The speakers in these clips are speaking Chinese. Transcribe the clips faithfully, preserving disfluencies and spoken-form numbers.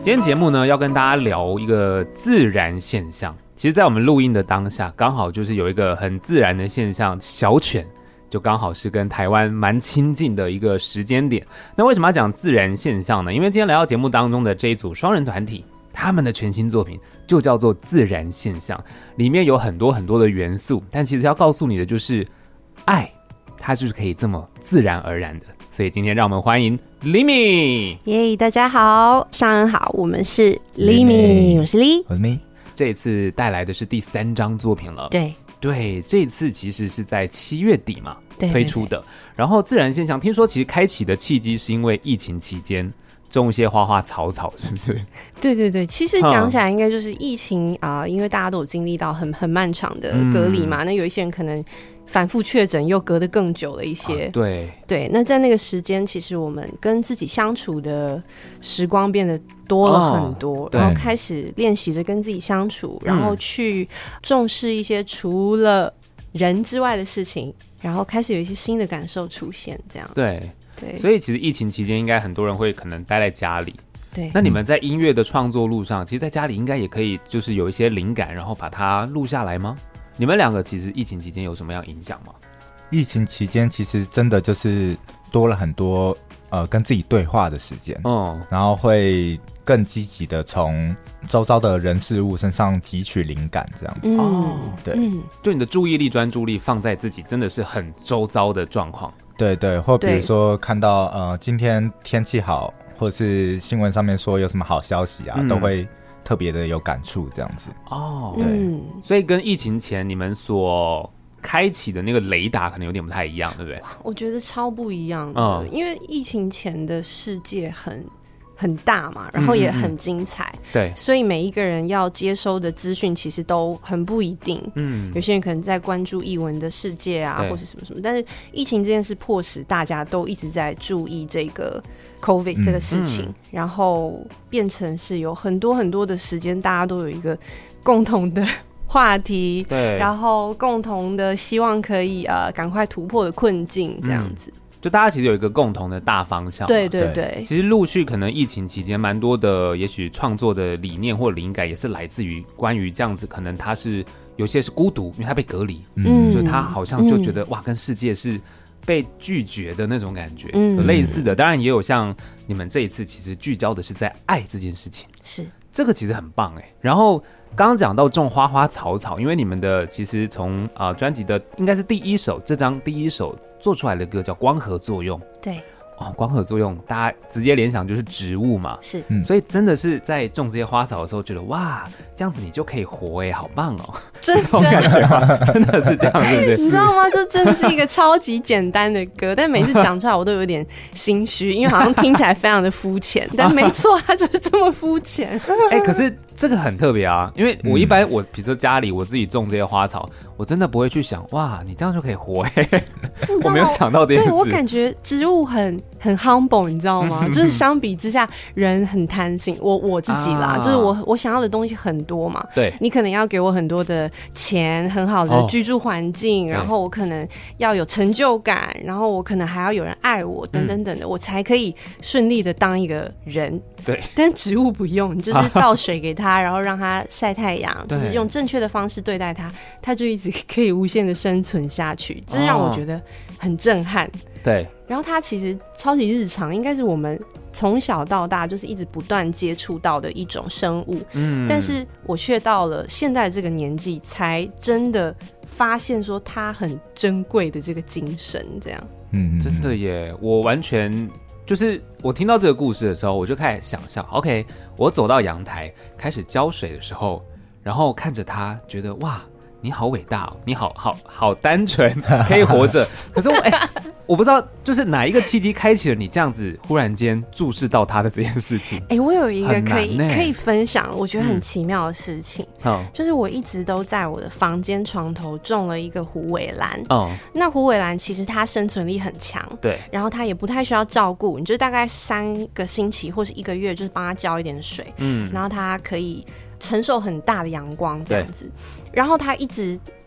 今天节目呢，要跟大家聊一个自然现象。其实在我们录音的当下，刚好就是有一个很自然的现象，小犬就刚好是跟台湾蛮亲近的一个时间点。那为什么要讲自然现象呢？因为今天来到节目当中的这一组双人团体，他们的全新作品就叫做自然现象，里面有很多很多的元素，但其实要告诉你的就是爱，它就是可以这么自然而然的。所以今天让我们欢迎李米。 耶，大家好，上恩好，我们是李米，我是李， 我是米。 这一次带来的是第三张作品了。 对对，这一次其实是在七月底嘛对推出的。然后自然现象，听说其实开启的契机是因为疫情期间种一些花花草草，是不是？ 对对对，其实讲起来应该就是疫情啊、呃，因为大家都有经历到很很漫长的隔离嘛、嗯，那有一些人可能反复确诊又隔得更久了一些、啊、 对对，那在那个时间其实我们跟自己相处的时光变得多了很多、哦、然后开始练习着跟自己相处、嗯、然后去重视一些除了人之外的事情，然后开始有一些新的感受出现，这样。 对对，所以其实疫情期间应该很多人会可能待在家里。 对， 那你们在音乐的创作路上，其实在家里应该也可以就是有一些灵感，然后把它录下来吗？你们两个其实疫情期间有什么样影响吗？ 疫情期间其实真的就是多了很多呃跟自己对话的时间，嗯，然后会更积极的从周遭的人事物身上汲取灵感，这样子。 嗯、 哦，对， 嗯， 就你的注意力、专注力放在自己，真的是很周遭的状况。 对对，或比如说看到呃今天天气好，或者是新闻上面说有什么好消息啊，嗯、都会特别的有感触，这样子。 哦， 对、 嗯， 所以跟疫情前你们所开启的那个雷达可能有点不太一样，对不对？ 我觉得超不一样的， 嗯、 因为疫情前的世界很很大嘛，然后也很精彩，嗯嗯对， 所以每一个人要接收的资讯其实都很不一定。嗯，有些人可能在关注艺文的世界啊，或是什么什么，但是疫情这件事迫使大家都一直在注意这个 COVID 这个事情、嗯，然后变成是有很多很多的时间，大家都有一个共同的话题， 对， 然后共同的希望可以呃赶快突破的困境，这样子。嗯， 就大家其实有一个共同的大方向。 对对对， 其实陆续可能疫情期间蛮多的也许创作的理念或灵感也是来自于关于这样子，可能他是有些是孤独，因为他被隔离，嗯，就他好像就觉得、嗯、哇跟世界是被拒绝的那种感觉，嗯，有类似的。当然也有像你们这一次其实聚焦的是在爱这件事情， 是这个其实很棒哎。然后刚刚讲到种花花草草，因为你们的其实从啊专辑的应该是第一首，这张第一首做出来的歌叫光合作用。 对哦，光合作用大家直接联想就是植物嘛， 是、 嗯、所以真的是在种这些花草的时候觉得哇这样子你就可以活哎，好棒哦， 真的这种感觉吗？真的是这样，是不是？ 你知道吗？这真的是一个超级简单的歌，但每次讲出来我都有点心虚，因为好像听起来非常的肤浅，但没错，它就是这么肤浅。 哎、欸，可是这个很特别啊，因为我一般我比如说家里我自己种这些花草，我真的不会去想哇你这样就可以活哎，我没有想到这件事。 对，我感觉植物很很 humble， 你知道吗？就是相比之下，人很贪心。我我自己啦，啊、就是我我想要的东西很多嘛。 对， 你可能要给我很多的钱，很好的居住环境、哦，然后我可能要有成就感，然后我可能还要有人爱我，等等等的，嗯、我才可以顺利的当一个人。 对， 但植物不用，你就是倒水给它，然后让它晒太阳，就是用正确的方式对待它，它就一直可以无限的生存下去。这让我觉得很震撼。 对， 然后它其实超级日常，应该是我们从小到大就是一直不断接触到的一种生物。嗯，但是我却到了现在这个年纪，才真的发现说它很珍贵的这个精神。这样， 嗯，真的耶，我完全。就是我听到这个故事的时候，我就开始想象 ，OK， 我走到阳台开始浇水的时候，然后看着他，觉得哇，你好伟大哦，你好好好单纯，可以活着。可是我哎、欸，我不知道就是哪一个契机开启了你这样子忽然间注视到他的这件事情。 哎、欸，我有一个可以可以分享，我觉得很奇妙的事情，嗯，就是我一直都在我的房间床头种了一个虎尾兰。哦、嗯，那虎尾兰其实它生存力很强， 对， 然后它也不太需要照顾，你就大概三个星期或是一个月，就是帮它浇一点水，嗯，然后它可以承受很大的阳光这样子，然后它一直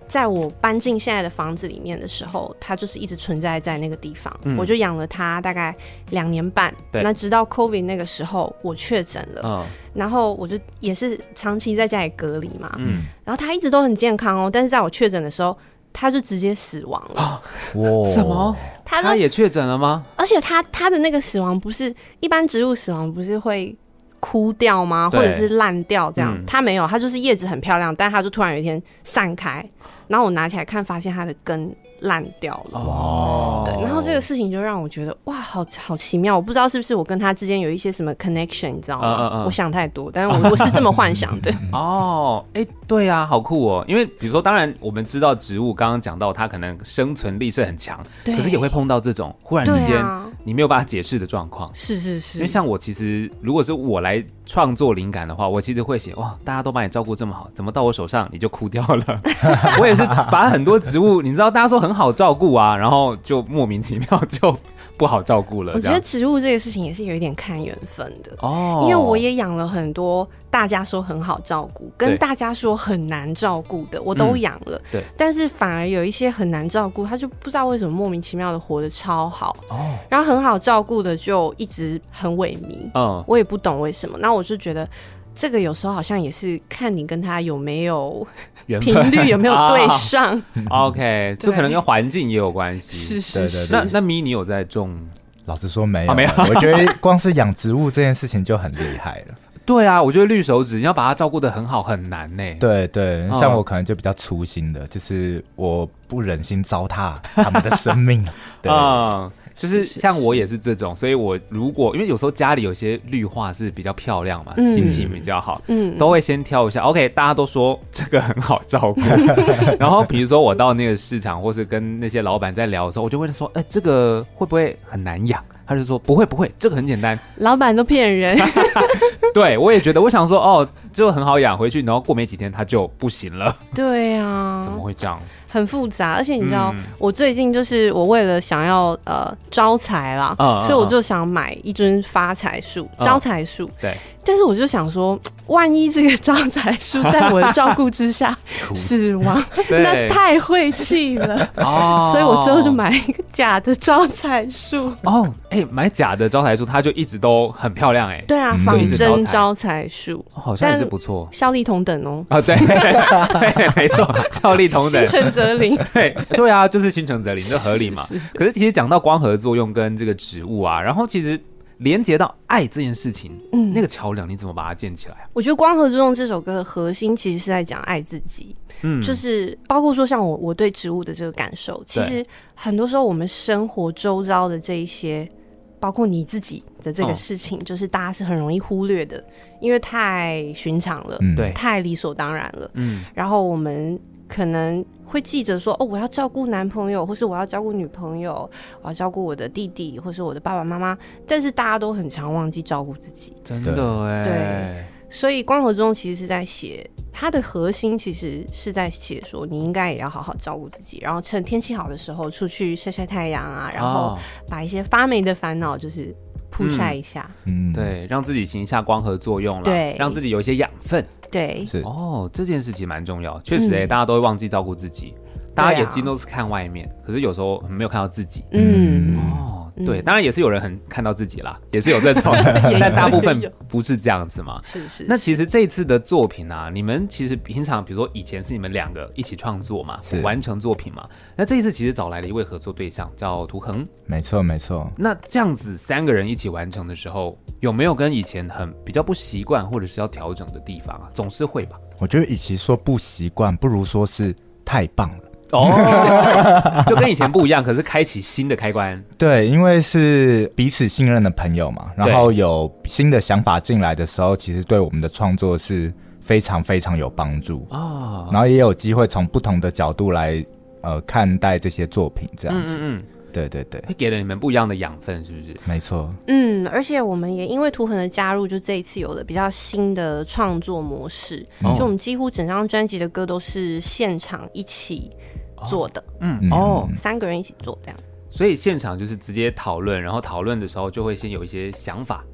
在我搬进现在的房子里面的时候，它就是一直存在在那个地方，嗯、我就养了它大概两年半。那直到 COVID 那个时候我确诊了、哦，然后我就也是长期在家里隔离嘛，嗯，然后它一直都很健康哦，但是在我确诊的时候，它就直接死亡了。 哇！什么？它它也确诊了吗？ 而且它它的那个死亡不是一般植物死亡不是会枯掉吗？或者是烂掉这样？它、嗯、没有，它就是叶子很漂亮，但它就突然有一天散开。然后我拿起来看，发现它的根烂掉了。哦，对，然后这个事情就让我觉得哇，好好奇妙。我不知道是不是我跟他之间有一些什么 connection， 你知道吗？嗯嗯嗯，我想太多，但是我我是这么幻想的。 哦，哎，对啊，好酷哦。因为比如说，当然我们知道植物刚刚讲到它可能生存力是很强，可是也会碰到这种忽然之间你没有办法解释的状况。 是是是。 因为像我其实如果是我来创作灵感的话，我其实会写哇，大家都把你照顾这么好，怎么到我手上你就枯掉了？我也是把很多植物，你知道大家说很好照顾啊，然后就莫名其妙就不好照顾了。 我觉得植物这个事情也是有一点看缘分的哦，因为我也养了很多大家说很好照顾跟大家说很难照顾的，我都养了、嗯、对，但是反而有一些很难照顾，他就不知道为什么莫名其妙的活得超好哦，然后很好照顾的就一直很萎靡，嗯，我也不懂为什么。那我就觉得这个有时候好像也是看你跟他有没有频率有没有对上、 啊、OK， 这可能跟环境也有关系。 是是是。 那那咪你有在种？ 老实说没有、 啊、没有。 我觉得光是养植物这件事情就很厉害了。 对啊，我觉得绿手指你要把它照顾得很好很难呢。 对对，像我可能就比较粗心的、嗯、就是我不忍心糟蹋他们的生命。对、 嗯，就是像我也是这种，所以我如果因为有时候家里有些绿化是比较漂亮嘛、嗯、心情比较好，嗯，都会先挑一下 OK， 大家都说这个很好照顾然后比如说我到那个市场或是跟那些老板在聊的时候，我就会说哎、欸，这个会不会很难养？他就说不会不会，这个很简单。 老板都骗人对，我也觉得，我想说哦，就很好养，回去然后过没几天它就不行了。 对啊， 怎么会这样？ 很复杂，而且你知道、嗯、我最近就是我为了想要呃招财啦、嗯、所以我就想买一尊发财树、嗯、招财树、嗯、对，但是我就想说万一这个招财树在我的照顾之下死亡那太晦气了、哦、所以我最后就买一个假的招财树。 哦，哎、欸，买假的招财树它就一直都很漂亮。哎、欸， 对啊，仿真招财树、 哦、好像也是不错， 效力同等哦。 啊、哦，对对，没错，效力同等， 心诚则灵。 对对啊，就是心诚则灵，这合理嘛。是是是。可是其实讲到光合作用跟这个植物啊，然后其实连接到爱这件事情，嗯，那个桥梁你怎么把它建起来啊？ 我觉得《光合作用》这首歌的核心其实是在讲爱自己，嗯，就是包括说像我我对植物的这个感受，其实很多时候我们生活周遭的这一些，包括你自己的这个事情，哦、就是大家是很容易忽略的，因为太寻常了，对、嗯，太理所当然了，嗯，然后我们可能会记着说，哦，我要照顾男朋友，或是我要照顾女朋友，我要照顾我的弟弟，或是我的爸爸妈妈，但是大家都很常忘记照顾自己。 真的哎， 对，所以光合作用其实是在写，它的核心其实是在写说，你应该也要好好照顾自己，然后趁天气好的时候出去晒晒太阳啊，然后把一些发霉的烦恼就是曝晒一下， 嗯，对，让自己行一下光合作用啦，对，让自己有一些养分。 对， 是哦，这件事情蛮重要，确实哎、欸嗯，大家都会忘记照顾自己，大家眼睛都是看外面，啊、可是有时候没有看到自己。嗯，哦，对，当然也是有人很看到自己啦，也是有这种的，但大部分不是这样子嘛。 是是。 那其实这一次的作品啊，你们其实平常比如说以前是你们两个一起创作嘛，完成作品嘛，那这一次其实找来了一位合作对象叫涂恒。 没错没错。 那这样子三个人一起完成的时候，有没有跟以前很比较不习惯或者是要调整的地方啊？总是会吧。 我觉得与其说不习惯，不如说是太棒了。 哦，就跟以前不一样，可是开启新的开关。 对，因为是彼此信任的朋友嘛，然后有新的想法进来的时候，其实对我们的创作是非常非常有帮助啊。然后也有机会从不同的角度来呃看待这些作品，这样子。嗯嗯嗯。对对对， 会给了你们不一样的养分，是不是？ 没错。 嗯，而且我们也因为涂恒的加入，就这一次有了比较新的创作模式。哦、就我们几乎整张专辑的歌都是现场一起做的。哦、嗯哦，三个人一起做这样。 所以现场就是直接讨论，然后讨论的时候就会先有一些想法。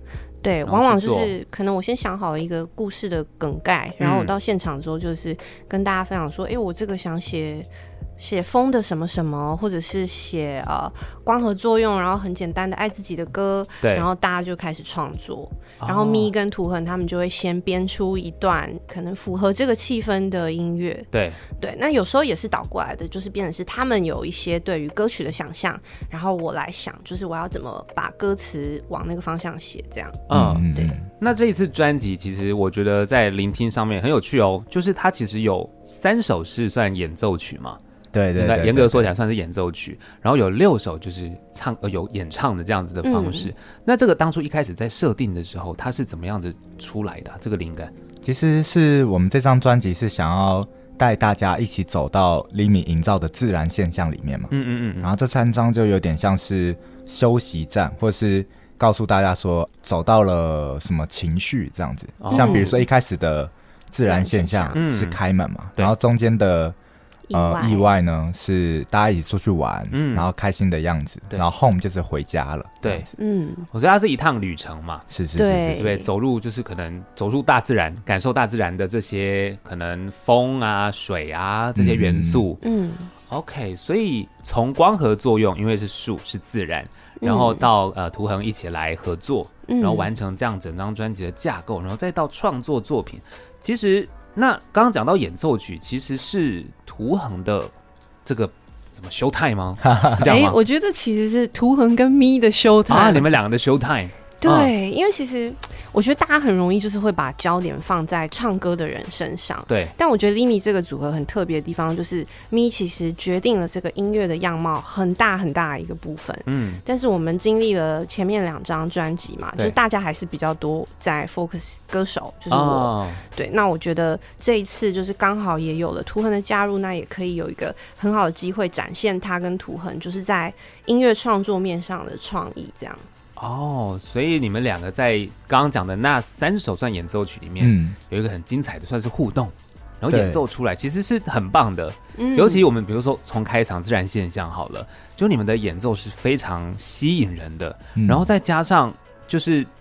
对，往往就是可能我先想好一个故事的梗概，然后我到现场之后就是跟大家分享说，哎、欸，我这个想写写风的什么什么，或者是写呃光合作用，然后很简单的爱自己的歌，对，然后大家就开始创作，然后咪跟图恒他们就会先编出一段可能符合这个气氛的音乐， 对对，那有时候也是倒过来的，就是变成是他们有一些对于歌曲的想象，然后我来想，就是我要怎么把歌词往那个方向写，这样， 嗯，对。那这一次专辑其实我觉得在聆听上面很有趣哦，就是它其实有三首是算演奏曲嘛。 对对 对, 对， 严格说起来算是演奏曲，然后有六首就是唱呃有演唱的这样子的方式、嗯。那这个当初一开始在设定的时候，它是怎么样子出来的、啊？这个灵感其实是我们这张专辑是想要带大家一起走到厘米营造的自然现象里面嘛。嗯嗯嗯。然后这三张就有点像是休息站，或是告诉大家说走到了什么情绪这样子、哦。像比如说一开始的自然现象是开门嘛，嗯、然后中间的。呃，意外呢是大家一起出去玩、嗯，然后开心的样子，然后 home 就是回家了。 对，嗯，我觉得它是一趟旅程嘛， 是是是， 对对，走入就是可能走入大自然，感受大自然的这些可能风啊、水啊这些元素。嗯, 嗯 ，OK， 所以从光合作用，因为是树是自然，然后到、嗯、呃图恒一起来合作，然后完成这样整张专辑的架构，然后再到创作作品，其实。那刚刚讲到演奏曲，其实是图恒的这个什么 show time 吗？是这样吗？ 欸、我觉得其实是图恒跟咪的 show time 啊，你们两个的 show time。 对、嗯，因为其实我觉得大家很容易就是会把焦点放在唱歌的人身上， 对。 但我觉得 Limi 这个组合很特别的地方，就是咪其实决定了这个音乐的样貌很大很大的一个部分，嗯。但是我们经历了前面两张专辑嘛，就大家还是比较多在 focus 歌手，就是我，哦、对。那我觉得这一次就是刚好也有了图恒的加入，那也可以有一个很好的机会展现他跟图恒就是在音乐创作面上的创意，这样。 哦，所以你们两个在刚刚讲的那三首算演奏曲里面、嗯，有一个很精彩的算是互动，然后演奏出来其实是很棒的。嗯、尤其我们比如说从开场自然现象好了，就你们的演奏是非常吸引人的，嗯、然后再加上就是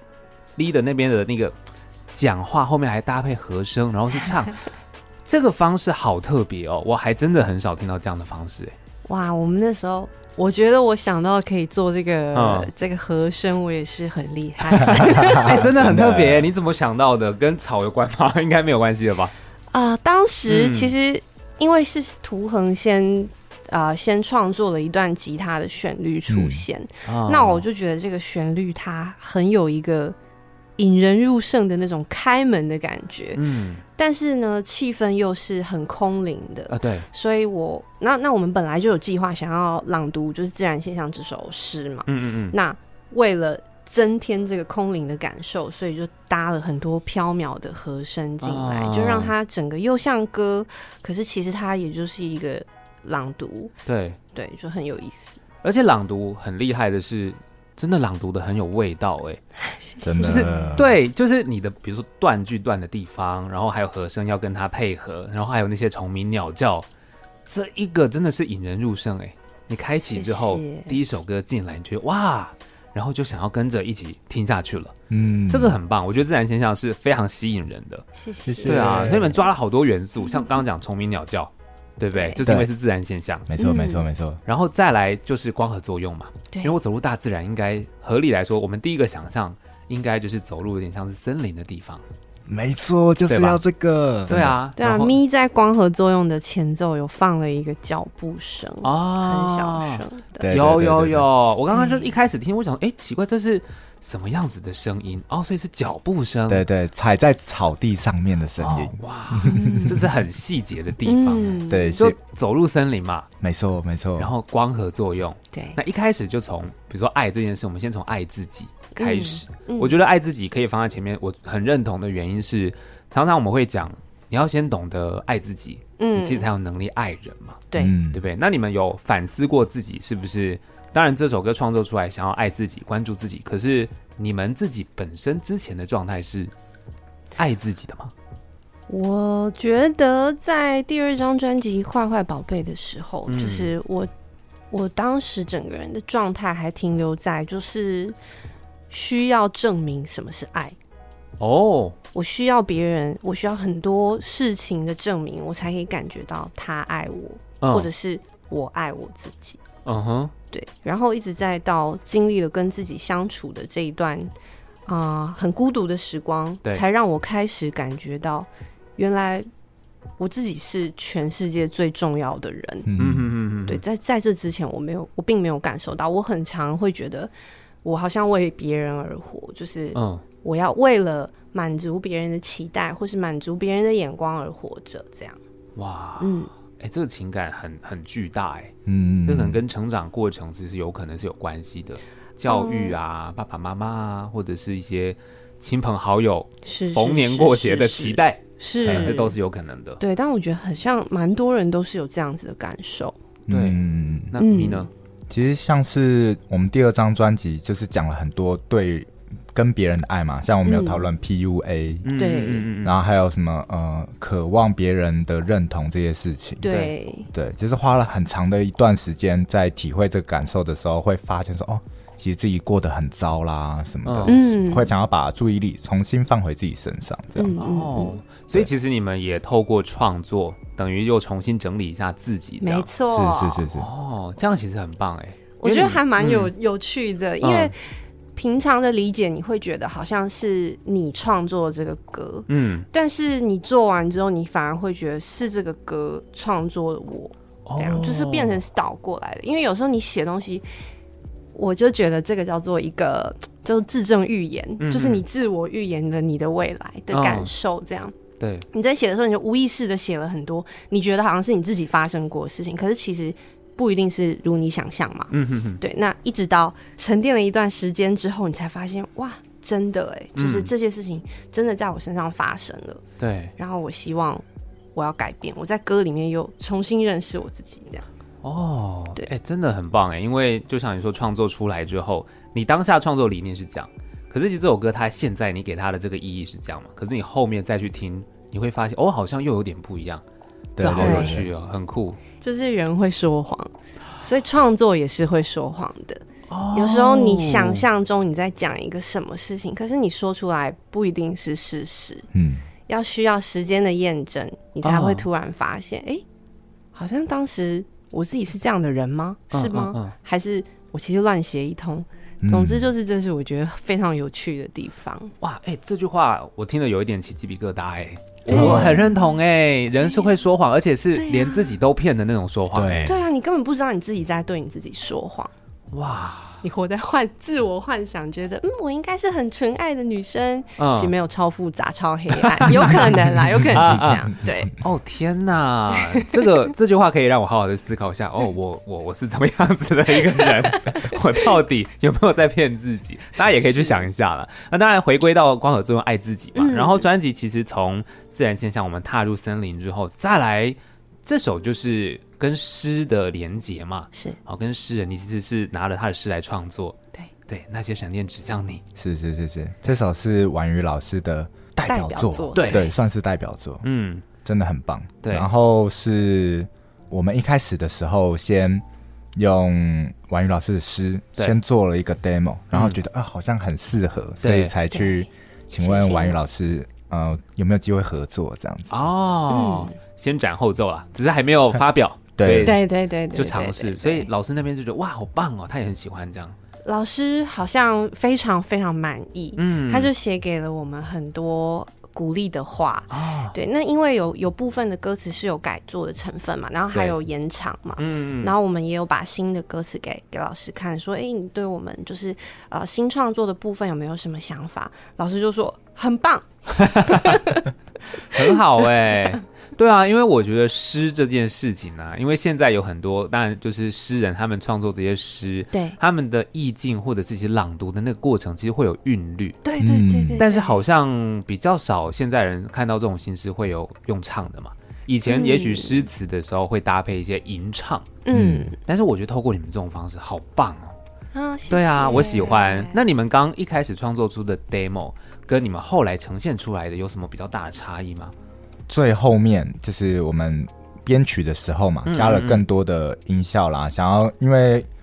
leader 那边的那个讲话后面还搭配和声，然后是唱，这个方式好特别哦，我还真的很少听到这样的方式。 哇，我们那时候。我觉得我想到可以做这个、嗯、这个和声，我也是很厉害。 哎、欸，真的很特别，你怎么想到的？跟草有关吗？应该没有关系了吧？ 啊、呃，当时其实因为是图恒先啊、呃、先创作了一段吉他的旋律出现、嗯哦，那我就觉得这个旋律它很有一个引人入胜的那种开门的感觉。嗯。但是呢，气氛又是很空灵的啊，对， 所以我那那我们本来就有计划想要朗读就是自然现象这首诗嘛，嗯嗯嗯，那为了增添这个空灵的感受，所以就搭了很多飘渺的和声进来、哦，就让它整个又像歌，可是其实它也就是一个朗读， 对对，就很有意思。 而且朗读很厉害的是。真的朗读的很有味道哎、 欸，真的就是对，就是你的比如说断句断的地方，然后还有和声要跟它配合，然后还有那些虫鸣鸟叫，这一个真的是引人入胜哎、欸。你开启之后，謝謝第一首歌进来，你觉得哇，然后就想要跟着一起听下去了。嗯，这个很棒，我觉得自然现象是非常吸引人的。 谢谢。 对啊，所以你们抓了好多元素，像刚刚讲虫鸣鸟叫。对不对？就是因为是自然现象， 没错没错没错。 然后再来就是光合作用嘛，因为我走入大自然，应该合理来说，我们第一个想象应该就是走入有点像是森林的地方。 没错，就是要这个。 对啊， 对啊。咪在光合作用的前奏有放了一个脚步声哦，很小声的。 有有有，我刚刚就一开始听，我想，哎，奇怪，这是什么样子的声音？哦，所以是脚步声。 对对，踩在草地上面的声音。 哦、哇，这是很细节的地方。 嗯、 对， 就走入森林嘛。 没错没错。 然后光合作用。 对。 那一开始就从，比如说爱这件事，我们先从爱自己开始、嗯嗯。我觉得爱自己可以放在前面，我很认同的原因是，常常我们会讲，你要先懂得爱自己，嗯，你自己才有能力爱人嘛。 对， 对不对？那你们有反思过自己是不是？当然，这首歌创作出来，想要爱自己、关注自己。可是你们自己本身之前的状态是爱自己的吗？ 我觉得在第二张专辑《坏坏宝贝》的时候，嗯、就是我我当时整个人的状态还停留在就是需要证明什么是爱。 哦， 我需要别人，我需要很多事情的证明，我才可以感觉到他爱我，嗯、或者是我爱我自己。 嗯哼， 对。然后一直在到经历了跟自己相处的这一段啊、呃、很孤独的时光，才让我开始感觉到，原来我自己是全世界最重要的人。嗯嗯嗯嗯。对，在在这之前，我没有，我并没有感受到。我很常会觉得，我好像为别人而活，就是嗯。我要为了满足别人的期待，或是满足别人的眼光而活着，这样。 哇，嗯，哎、欸，这个情感很很巨大、欸，哎，嗯，这可能跟成长过程其实有可能是有关系的，教育啊，嗯、爸爸妈妈啊，或者是一些亲朋好友，是逢年过节的期待， 是， 欸、这都是有可能的。 对，但我觉得很像蛮多人都是有这样子的感受。 对，嗯，那你呢？ 其实像是我们第二张专辑，就是讲了很多对。跟别人的爱嘛，像我们有讨论 P U A， 对、 嗯，然后还有什么呃，渴望别人的认同这些事情， 对对，就是花了很长的一段时间在体会这个感受的时候，会发现说哦，其实自己过得很糟啦什么的，嗯，会想要把注意力重新放回自己身上，这样、嗯、 哦，所以其实你们也透过创作，等于又重新整理一下自己，这样没错， 是是是是， 哦，这样其实很棒哎， 我觉得还蛮有、嗯、有趣的，因为。嗯平常的理解你会觉得好像是你创作这个歌，嗯，但是你做完之后你反而会觉得是这个歌创作了我，这样、哦、就是变成是倒过来的。因为有时候你写东西，我就觉得这个叫做一个就是自证预言、嗯、就是你自我预言了你的未来的感受，这样、哦、 对， 你在写的时候你就无意识的写了很多你觉得好像是你自己发生过的事情，可是其实不一定是如你想象嘛，嗯哼哼，对，那一直到沉淀了一段时间之后，你才发现哇，真的哎，就是这些事情真的在我身上发生了， 对， 然后我希望我要改变，我在歌里面又重新认识我自己，这样。 哦，对，哎、欸，真的很棒哎，因为就像你说，创作出来之后，你当下创作理念是这样，可是其实这首歌它现在你给它的这个意义是这样嘛，可是你后面再去听，你会发现哦，好像又有点不一样。这好有趣哦，很酷。 就是人会说谎，所以创作也是会说谎的。哦、有时候你想象中你在讲一个什么事情，可是你说出来不一定是事实。嗯，要需要时间的验证，你才会突然发现，哎、哦，好像当时我自己是这样的人吗？是吗？嗯嗯嗯、还是我其实乱写一通？总之就是这是我觉得非常有趣的地方。 哇，哎、欸，这句话我听了有一点起鸡皮疙瘩哎、欸，我很认同哎、欸，人是会说谎，而且是连自己都骗的那种说谎、欸。 对啊，你根本不知道你自己在对你自己说谎。哇，你活在幻自我幻想，觉得嗯，我应该是很纯爱的女生，嗯、其实没有超复杂、超黑暗，有可能啦，有可能是这样。对， 哦天哪，这个这句话可以让我好好的思考一下。哦，我我我是怎么样子的一个人？我到底有没有在骗自己？大家也可以去想一下啦。那当然，回归到光合作用，爱自己嘛。嗯、然后专辑其实从自然现象，我们踏入森林之后，再来这首就是跟诗的连结嘛。 是， 好，跟诗人，你其实是拿了他的诗来创作。 对对，那些闪电指向你。 是是是是，这首是婉瑜老师的代表作， 代表作对对，算是代表作。嗯，真的很棒。 对， 然后是我们一开始的时候先用婉瑜老师的诗先做了一个 demo， 然后觉得、嗯、啊好像很适合，所以才去请问婉瑜老师呃有没有机会合作这样子。 哦、嗯，先斩后奏啦，只是还没有发表。 对对对对， 就尝试，所以老师那边就觉得哇好棒哦，他也很喜欢这样。 老师好像非常非常满意，嗯，他就写给了我们很多鼓励的话、哦、对，那因为有有部分的歌词是有改作的成分嘛，然后还有延长嘛，嗯，然后我们也有把新的歌词给给老师看，说哎、欸，你对我们就是呃新创作的部分有没有什么想法？老师就说很棒很好哎、欸对啊，因为我觉得诗这件事情啊，因为现在有很多，当然就是诗人他们创作这些诗， 对他们的意境或者是一些朗读的那个过程，其实会有韵律， 对对对 对, 对, 对。 但是好像比较少现在人看到这种形式会有用唱的嘛。以前也许诗词的时候会搭配一些吟唱，嗯，但是我觉得透过你们这种方式好棒哦。 啊，謝謝对啊，我喜欢。那你们刚一开始创作出的 demo 跟你们后来呈现出来的有什么比较大的差异吗？ 最后面就是我们编曲的时候嘛，加了更多的音效啦，嗯嗯嗯想要因为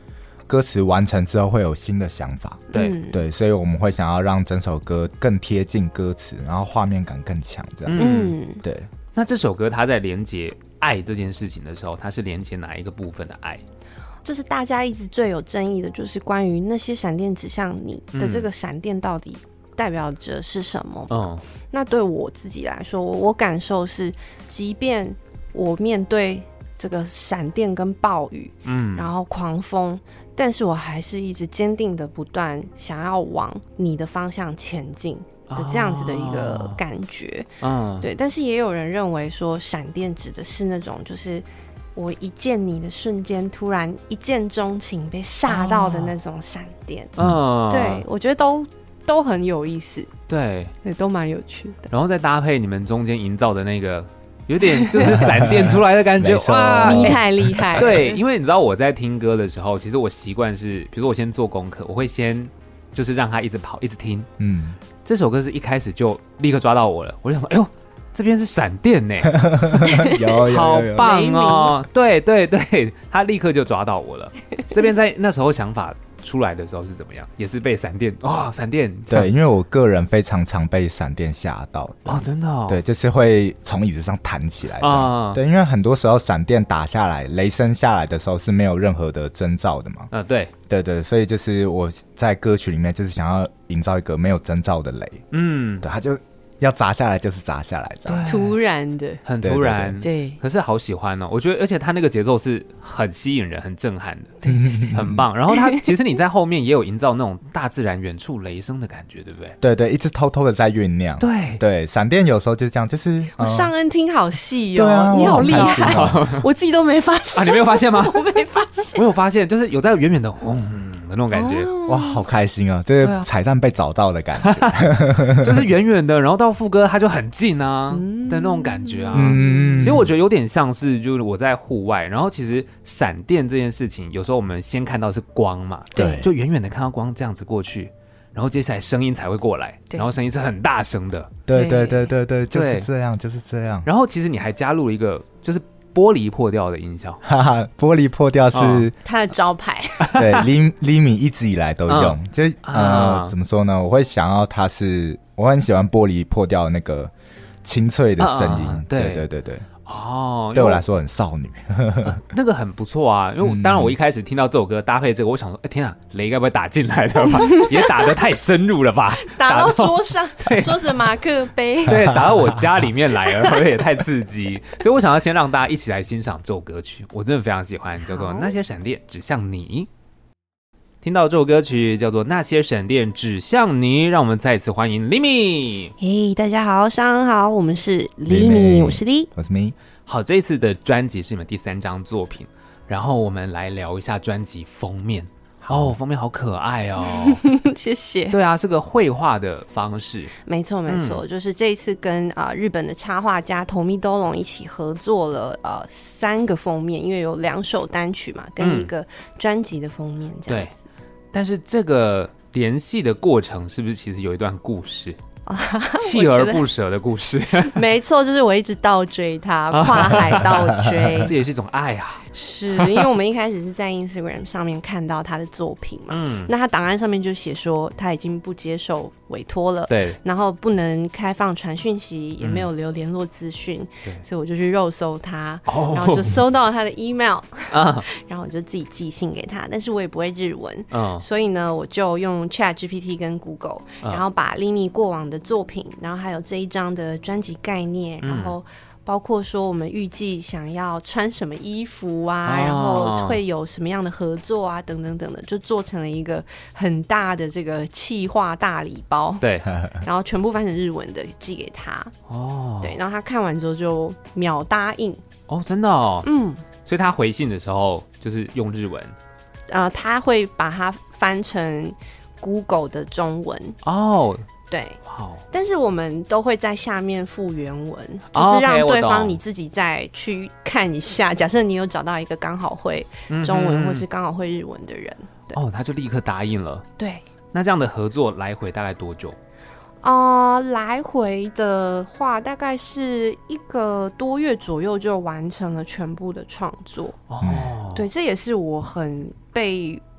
歌词完成之后会有新的想法。 对、 嗯、 对，所以我们会想要让整首歌更贴近歌词，然后画面感更强这样。嗯，对。 那这首歌它在连接爱这件事情的时候，它是连接哪一个部分的爱？ 就是大家一直最有争议的就是关于那些闪电指向你的这个闪电到底代表着是什么。嗯，那对我自己来说，我感受是，即便我面对这个闪电跟暴雨，嗯，然后狂风，但是我还是一直坚定的不断想要往你的方向前进的这样子的一个感觉。嗯、哦，对。但是也有人认为说，闪电指的是那种就是我一见你的瞬间，突然一见钟情被煞到的那种闪电。嗯、哦，对，我觉得都都很有意思。 对， 对，都蛮有趣的。 然后再搭配你们中间营造的那个。有点就是闪电出来的感觉， 哇，你太厉害！ 对，因为你知道我在听歌的时候，其实我习惯是，比如说我先做功课，我会先就是让他一直跑，一直听。嗯，这首歌是一开始就立刻抓到我了，我就想说，哎呦，这边是闪电呢， 有好棒哦！对对对，他立刻就抓到我了。这边在那时候想法出来的时候是怎么样？也是被闪电哇、哦，闪电对，因为我个人非常常被闪电吓到哦，真的哦， 对，就是会从椅子上弹起来啊、嗯，对，因为很多时候闪电打下来，雷声下来的时候是没有任何的征兆的嘛， 啊、呃，对， 对对，所以就是我在歌曲里面就是想要营造一个没有征兆的雷，嗯，对，他就。要砸下来就是砸下来， 对，突然的， 很突然， 对， 对， 对， 可是好喜欢哦，我觉得，而且他那个节奏是很吸引人、很震撼的，很棒。然后他其实你在后面也有营造那种大自然远处雷声的感觉，对不对？ 对对，一直偷偷的在酝酿。 对对，闪电有时候就是这样，就是、 呃、上恩听好细哦， 对啊， 你好厉害，我, 我自己都没发现啊，你没有发现吗？ 我没发现， 我有发现，就是有在远远的嗡。的那种感觉、哦、 哇，好开心啊！这个彩蛋被找到的感觉， 啊、就是远远的，然后到副歌它就很近啊、嗯、的那种感觉啊。嗯，其实我觉得有点像是，就是我在户外，然后其实闪电这件事情，有时候我们先看到是光嘛， 对， 就远远的看到光这样子过去，然后接下来声音才会过来，然后声音是很大声的。 对对对对对，就是这样，就是这样。 然后其实你还加入了一个，就是。玻璃破掉的音效， 哈哈，玻璃破掉是、哦、 他的招牌。 对，厘厘米一直以来都用，嗯、就呃、啊，怎么说呢？我会想要它是，我很喜欢玻璃破掉的那个清脆的声音。啊、对对对对。 哦， 对我来说很少女、 呃，那个很不错啊。因为、嗯、当然我一开始听到这首歌搭配这个，我想说，哎天啊，雷该不会打进来了吧？也打得太深入了吧？ 打到桌上，桌子马克杯， 对，打到我家里面来了，也太刺激。所以我想要先让大家一起来欣赏这首歌曲，我真的非常喜欢，叫做《那些闪电指向你》。听到这首歌曲叫做《那些闪电指向你》，让我们再一次欢迎 Limi。 嘿、hey, 大家好，上午好，我们是 Limi， 我是 Li， 我是 Mi。 好，这一次的专辑是你们第三张作品，然后我们来聊一下专辑封面。哦，封面好可爱哦！ 谢谢。 对啊，是个绘画的方式。 没错，没错、嗯，就是这一次跟、呃、日本的插画家Tomidolon一起合作了呃三个封面，因为有两首单曲嘛，跟一个专辑的封面这样子。 对，但是这个联系的过程是不是其实有一段故事？锲而不舍的故事。 没错，就是我一直倒追他，跨海倒追， 这也是一种爱啊。 是因为我们一开始是在 Instagram 上面看到他的作品嘛，嗯，那他档案上面就写说他已经不接受委托了， 对， 然后不能开放传讯息，也没有留联络资讯、嗯，所以我就去肉搜他、哦，然后就搜到了他的 email，、啊、然后我就自己寄信给他，但是我也不会日文，嗯，所以呢，我就用 ChatGPT 跟 Google，、嗯、然后把 Limi 过往的作品，然后还有这一张的专辑概念，然后。包括说我们预计想要穿什么衣服啊、哦，然后会有什么样的合作啊，等等等的，就做成了一个很大的这个企划大礼包。 对， 然后全部翻成日文的寄给他。哦，对，然后他看完之后就秒答应。 哦，真的哦。嗯，所以他回信的时候就是用日文。 呃，他会把它翻成 Google 的中文。 哦。 对， wow. 但是我们都会在下面附原文，就是让对方你自己再去看一下。假設你有找到一个刚好会中文、嗯、或是刚好会日文的人， 哦，他就立刻答应了。 对， 那这样的合作来回大概多久？ 呃，来回的话大概是一个多月左右就完成了全部的创作。哦，对，这也是我很被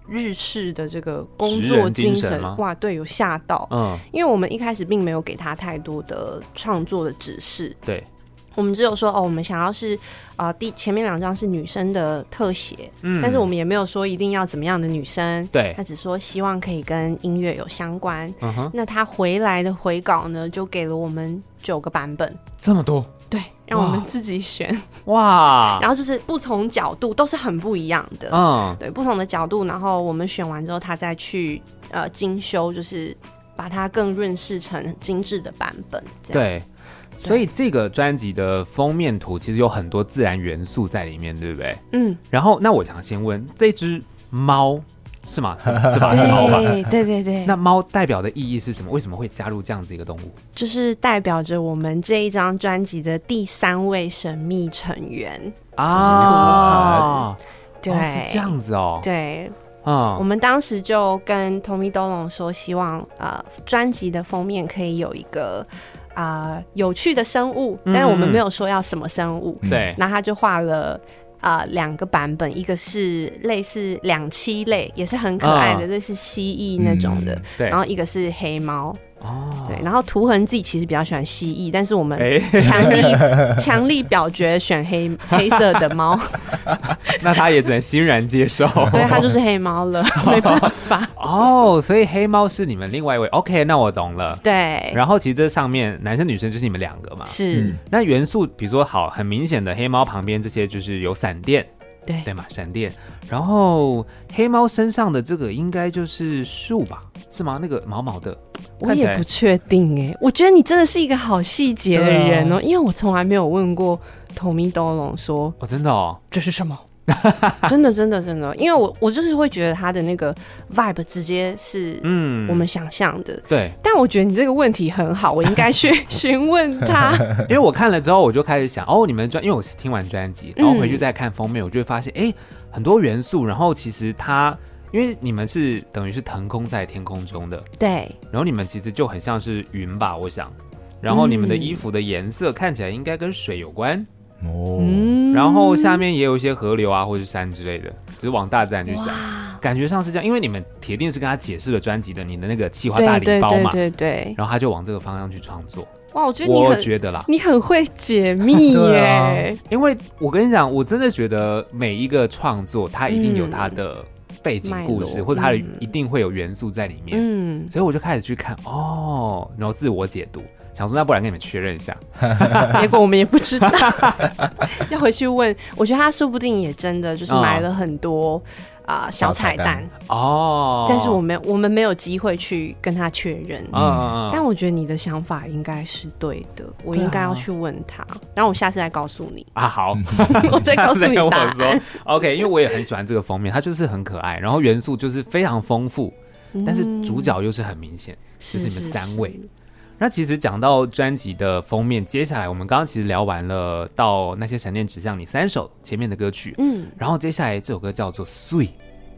日式的这个工作精神，哇，对，有吓到。嗯，因为我们一开始并没有给他太多的创作的指示， 对， 我们只有说哦，我们想要是呃第前面两张是女生的特写，嗯，但是我们也没有说一定要怎么样的女生， 对， 他只说希望可以跟音乐有相关。嗯哼，那他回来的回稿呢，就给了我们九个版本， 这么多。 对，让我们自己选哇， 然后就是不同角度都是很不一样的，嗯，对，不同的角度，然后我们选完之后，他再去呃精修，就是把它更润饰成精致的版本。 对，所以这个专辑的封面图其实有很多自然元素在里面，对不对？嗯。然后，那我想先问，这只猫是吗？是, 是吧？是猫吧？ 对对对。 那猫代表的意义是什么？为什么会加入这样子一个动物？ 就是代表着我们这一张专辑的第三位神秘成员啊！ 对、哦，是这样子哦。 对，嗯，我们当时就跟 Tommy Dolan 说，希望呃专辑的封面可以有一个啊、呃、有趣的生物，嗯、但是我们没有说要什么生物。 对， 那他就画了。啊、呃，两个版本，一个是类似两栖类，也是很可爱的，类似蜥蜴那种的，嗯、 对， 然后一个是黑猫。哦，对，然后图恒自己其实比较喜欢蜥蜴，但是我们强力强、欸、力表决选黑黑色的猫， 那他也只能欣然接受， 对，他就是黑猫了，没办法。 哦，所以黑猫是你们另外一位 ，OK， 那我懂了。 对， 然后其实这上面男生女生就是你们两个嘛， 是。嗯、 那元素比如说好，很明显的黑猫旁边这些就是有闪电。 对对嘛，闪电。然后黑猫身上的这个应该就是树吧？是吗？那个毛毛的， 我也不确定哎。我觉得你真的是一个好细节的人哦，啊、因为我从来没有问过 Tommy Dolan 说， 哦，真的哦， 这是什么？真的真的真的，因为我我就是会觉得他的那个 vibe 直接是嗯我们想象的， 嗯、对。 但我觉得你这个问题很好，我应该去询问他， 因为我看了之后，我就开始想，哦，你们专，因为我是听完专辑，然后回去再看封面，嗯、我就会发现，哎，很多元素，然后其实它，因为你们是等于是腾空在天空中的， 对， 然后你们其实就很像是云吧，我想，然后你们的衣服的颜色看起来应该跟水有关。哦，然后下面也有一些河流啊，或者是山之类的，就是往大自然去想，感觉上是这样，因为你们铁定是跟他解释了专辑的你的那个企划大礼包嘛， 对对 对, 对, 对， 然后他就往这个方向去创作。 哇，我觉得你很， 我觉得啦， 你很会解密耶、啊。 因为我跟你讲，我真的觉得每一个创作，它一定有它的背景故事，嗯、或者它的一定会有元素在里面。嗯，所以我就开始去看哦，然后自我解读。想说那不然跟你们确认一下， 结果我们也不知道，要回去问。我觉得他说不定也真的就是埋了很多啊、呃、小彩蛋哦，但是我们我们没有机会去跟他确认。嗯，但我觉得你的想法应该是对的，我应该要去问他，然后我下次再告诉你啊。好， 我再告诉你答案。 说 OK， 因为我也很喜欢这个封面，它就是很可爱，然后元素就是非常丰富，但是主角又是很明显，就是你们三位。是是是，那其实讲到专辑的封面，接下来我们刚刚其实聊完了到那些闪电指向你三首前面的歌曲，嗯，然后接下来这首歌叫做 Sui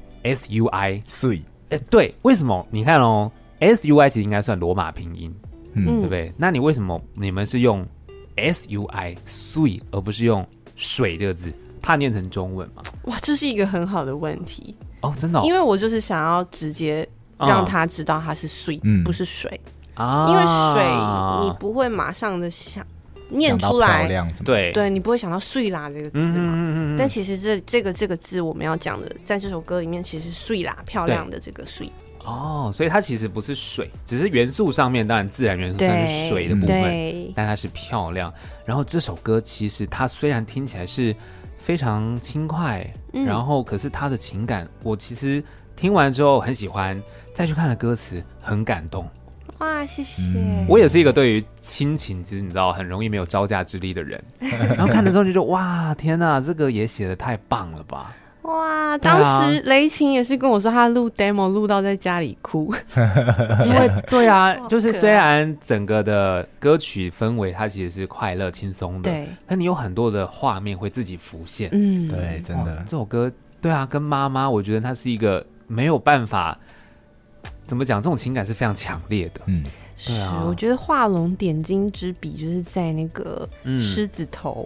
S U I Sui， 哎，对，为什么？你看哦 ，S U I 其实应该算罗马拼音，嗯，对不对？那你为什么你们是用 S U I Sui 而不是用水这个字？怕念成中文吗？ 哇，这是一个很好的问题哦，真的、哦， 因为我就是想要直接让他知道它是 Sui，、嗯、不是水。啊、因为水你不会马上的想念出来， 对对，你不会想到碎啦这个字嘛。嗯嗯嗯，但其实这这个这个字我们要讲的，在这首歌里面其实是碎啦，漂亮的这个碎。 哦，所以它其实不是水，只是元素上面当然自然元素算是水的部分，但它是漂亮。然后这首歌其实它虽然听起来是非常轻快，嗯、然后可是它的情感，我其实听完之后很喜欢，再去看了歌词很感动。 哇，谢谢、 嗯！我也是一个对于亲情，其实你知道很容易没有招架之力的人，然後看的时候就觉得哇，天哪，这个也写得太棒了吧！ 哇，当时雷晴也是跟我说，他录 demo 录到在家里哭， 因为对啊，就是虽然整个的歌曲氛围它其实是快乐轻松的， 对， 但你有很多的画面会自己浮现， 嗯，对，真的， 这首歌对啊，跟妈妈，我觉得它是一个没有办法。怎么讲？这种情感是非常强烈的。嗯， 是啊，我觉得画龙点睛之笔就是在那个狮子头，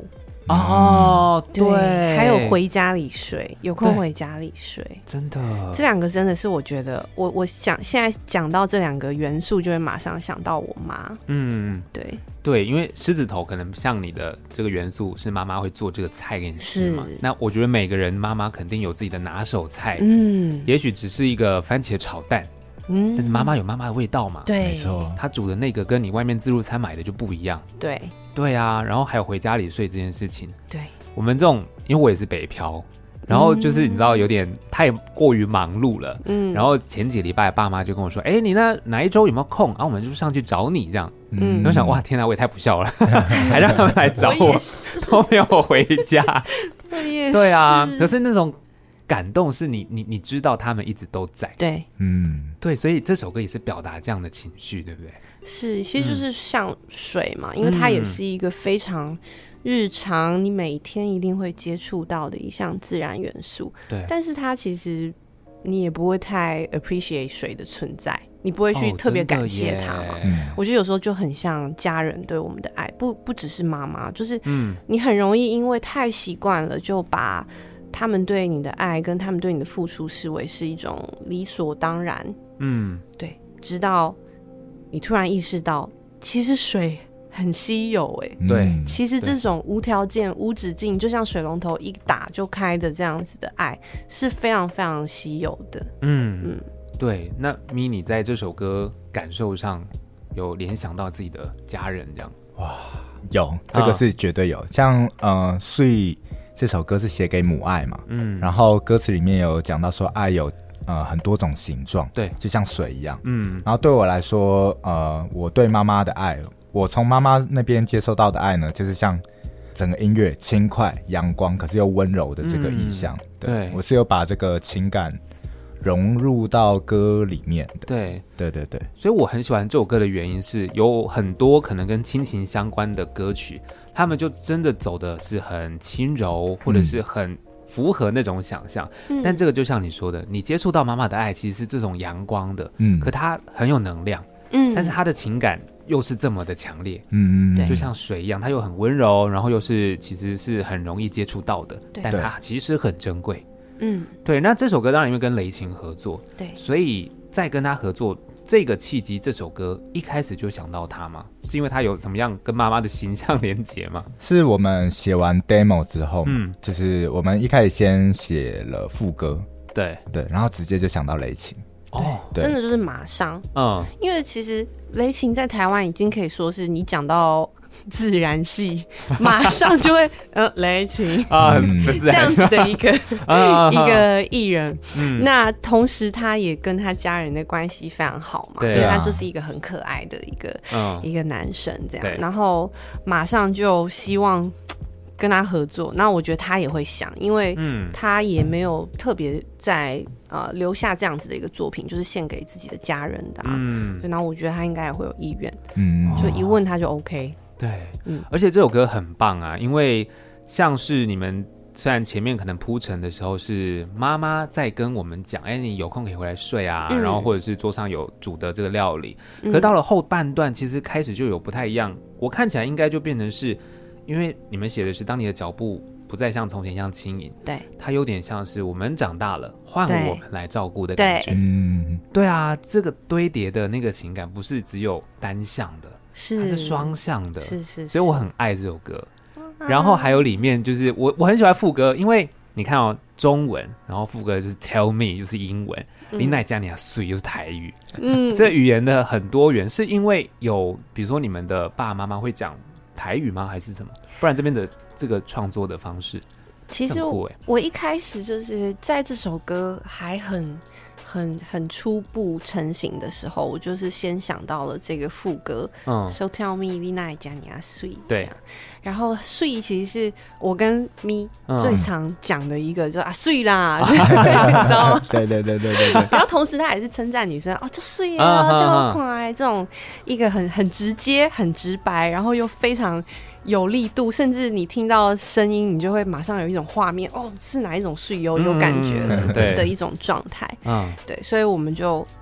哦，对， 还有回家里睡，有空回家里睡， 真的， 这两个真的是我觉得，我我想现在讲到这两个元素，就会马上想到我妈。嗯，对对，因为狮子头可能像你的这个元素是妈妈会做这个菜给你吃嘛，那我觉得每个人妈妈肯定有自己的拿手菜，嗯，也许只是一个番茄炒蛋。嗯，但是妈妈有妈妈的味道嘛？ 对， 没错， 她煮的那个跟你外面自助餐买的就不一样。 对， 对啊，然后还有回家里睡这件事情。 对， 我们这种，因为我也是北漂，然后就是你知道有点太过于忙碌了，嗯，然后前几个礼拜爸妈就跟我说，哎，你那哪一周有没有空？然后我们就上去找你这样。嗯，我想哇，天哪，我也太不孝了，还让他们来找我，都没有回家。 我也是。 对啊，可是那种感动是你你你知道他们一直都在， 对， 嗯，对，所以这首歌也是表达这样的情绪，对不对？ 是，其实就是像水嘛，嗯、因为它也是一个非常日常，你每天一定会接触到的一项自然元素。对，但是它其实你也不会太 appreciate 水的存在，你不会去特别感谢它嘛。哦、我觉得有时候就很像家人对我们的爱，不不只是妈妈，就是你很容易因为太习惯了，就把他们对你的爱跟他们对你的付出视为是一种理所当然。嗯，对，直到你突然意识到其实水很稀有。哎、欸， 对， 其实这种无条件无止境就像水龙头一打就开的这样子的爱是非常非常稀有的。嗯嗯，对。那咪你在这首歌感受上有联想到自己的家人这样？ 哇，有，这个是绝对有。啊、像呃睡这首歌是写给母爱嘛，嗯，然后歌词里面有讲到说爱有呃很多种形状， 对， 就像水一样，嗯，然后对我来说，呃，我对妈妈的爱，我从妈妈那边接收到的爱呢，就是像整个音乐轻快、阳光，可是又温柔的这个意象，嗯、对，对我是有把这个情感融入到歌里面的， 对， 对对对， 所以我很喜欢这首歌的原因是有很多可能跟亲情相关的歌曲。他们就真的走的是很轻柔，或者是很符合那种想象、嗯、但这个就像你说的，你接触到妈妈的爱其实是这种阳光的，嗯，可它很有能量，嗯，但是它的情感又是这么的强烈，嗯嗯，就像水一样，它又很温柔，然后又是其实是很容易接触到的，但它其实很珍贵，嗯，对。那这首歌当然因为跟雷擎合作，对，所以在跟他合作这个契机，这首歌一开始就想到他吗？是因为他有怎么样跟妈妈的形象连结吗？ 是我们写完 demo 之后，嗯，就是我们一开始先写了副歌， 对对，然后直接就想到雷擎， 哦，真的就是马上，嗯，因为其实雷擎在台湾已经可以说是你讲到自然系，马上就会呃雷擎啊、嗯，这样子的一个一个艺人、嗯。那同时他也跟他家人的关系非常好嘛，对、啊，因为他就是一个很可爱的一个、嗯、一个男生这样，然后马上就希望跟他合作。那我觉得他也会想，因为他也没有特别在呃留下这样子的一个作品，就是献给自己的家人的、啊，嗯，然后我觉得他应该也会有意愿，嗯，就一问他就 OK。 对，嗯，而且这首歌很棒啊，因为像是你们虽然前面可能铺陈的时候是妈妈在跟我们讲，哎，你有空可以回来睡啊，嗯、然后或者是桌上有煮的这个料理，嗯、可到了后半段，其实开始就有不太一样，我看起来应该就变成是，因为你们写的是当你的脚步不再像从前一样轻盈，对，它有点像是我们长大了，换我们来照顾的感觉，嗯，对啊，这个堆叠的那个情感不是只有单向的。是，它是双向的，是 是, 是，所以我很爱这首歌。然后还有里面就是我我很喜欢副歌，因为你看哦，中文，然后副歌就是 Tell me 就是英文，你奈加尼亚水又是台语，嗯，这语言的很多元，是因为有比如说你们的爸爸妈妈会讲台语吗？还是什么？不然这边的这个创作的方式， 其实 我, 我一开始就是在这首歌还很。很很初步成型的时候，我就是先想到了这个副歌，嗯 ，So tell me， 你哪里加你啊睡？对，然后睡其实是我跟咪最常讲的一个，就啊睡啦，你知道吗？ 对对对对对对。 然后同时他也是称赞女生，哦，就睡啊，就好快，这种一个很很直接、很直白，然后又非常有力度，甚至你听到声音，你就会马上有一种画面，哦，是哪一种睡有有感觉的、嗯、的一种状态。嗯，对，所以我们就